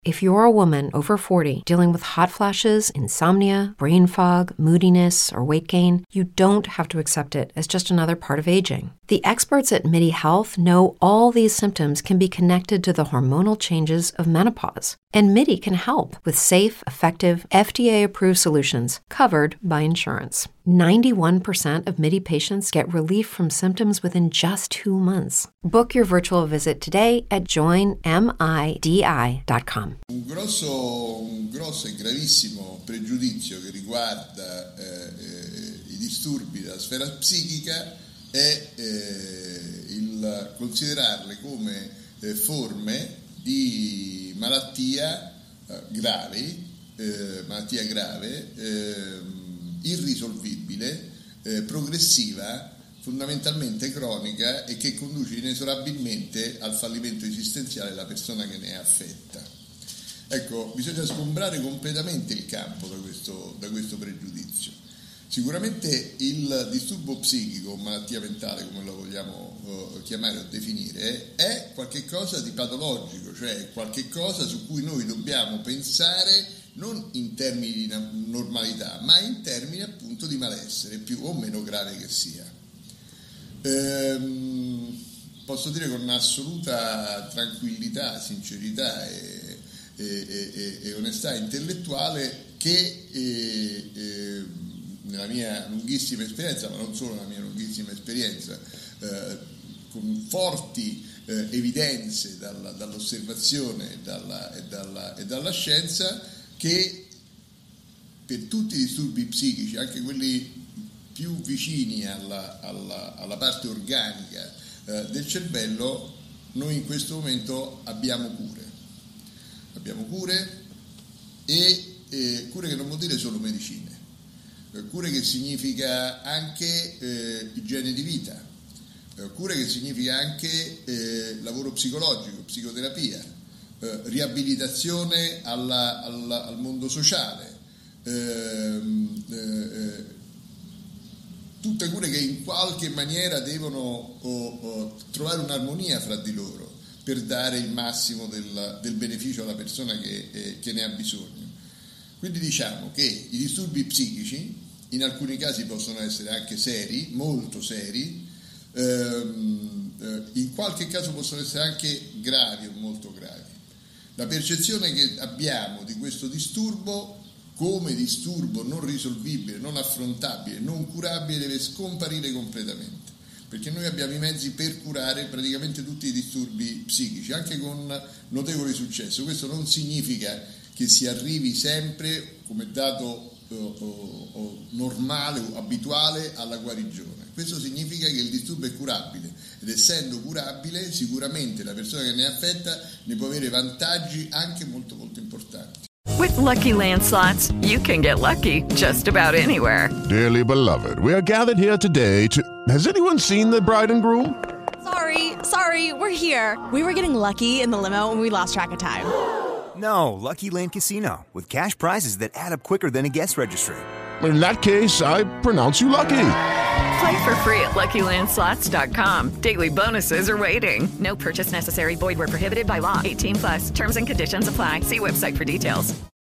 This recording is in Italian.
If you're a woman over 40 dealing with hot flashes, insomnia, brain fog, moodiness, or weight gain, you don't have to accept it as just another part of aging. The experts at MIDI Health know all these symptoms can be connected to the hormonal changes of menopause. And MIDI can help with safe, effective, FDA-approved solutions covered by insurance. 91% of MIDI patients get relief from symptoms within just 2 months. Book your virtual visit today at joinmidi.com. Un grosso e gravissimo pregiudizio che riguarda i disturbi della sfera psichica è il considerarle come forme di malattia grave, irrisolvibile, progressiva, fondamentalmente cronica e che conduce inesorabilmente al fallimento esistenziale della persona che ne è affetta. Ecco, bisogna sgombrare completamente il campo da questo pregiudizio. Sicuramente il disturbo psichico, malattia mentale come lo vogliamo chiamare o definire, è qualcosa di patologico, cioè qualcosa su cui noi dobbiamo pensare non in termini di normalità, ma in termini appunto di malessere, più o meno grave che sia. Posso dire con assoluta tranquillità, sincerità e onestà intellettuale che nella mia lunghissima esperienza, ma non solo nella mia lunghissima esperienza, con forti evidenze dall'osservazione e dalla scienza, che per tutti i disturbi psichici, anche quelli più vicini alla parte organica del cervello, noi in questo momento abbiamo cure e cure che non vuol dire solo medicine, cure che significa anche igiene di vita, cure che significa anche lavoro psicologico, psicoterapia, riabilitazione al mondo sociale, tutte cure che in qualche maniera devono trovare un'armonia fra di loro per dare il massimo del beneficio alla persona che ne ha bisogno. Quindi diciamo che i disturbi psichici in alcuni casi possono essere anche seri, molto seri, in qualche caso possono essere anche gravi o molto gravi. La percezione che abbiamo di questo disturbo come disturbo non risolvibile, non affrontabile, non curabile deve scomparire completamente, perché noi abbiamo i mezzi per curare praticamente tutti i disturbi psichici, anche con notevole successo. Questo non significa che si arrivi sempre, come dato normale o abituale, alla guarigione. Questo significa che il disturbo è curabile, ed essendo curabile sicuramente la persona che ne è affetta ne può avere vantaggi anche molto molto importanti. With Lucky Land Slots, you can get lucky just about anywhere. Dearly beloved, we are gathered here today to... Has anyone seen the bride and groom? Sorry, we're here. We were getting lucky in the limo and we lost track of time. No, Lucky Land Casino, with cash prizes that add up quicker than a guest registry. In that case, I pronounce you lucky. Play for free at LuckyLandSlots.com. Daily bonuses are waiting. No purchase necessary. Void where prohibited by law. 18+. Terms and conditions apply. See website for details.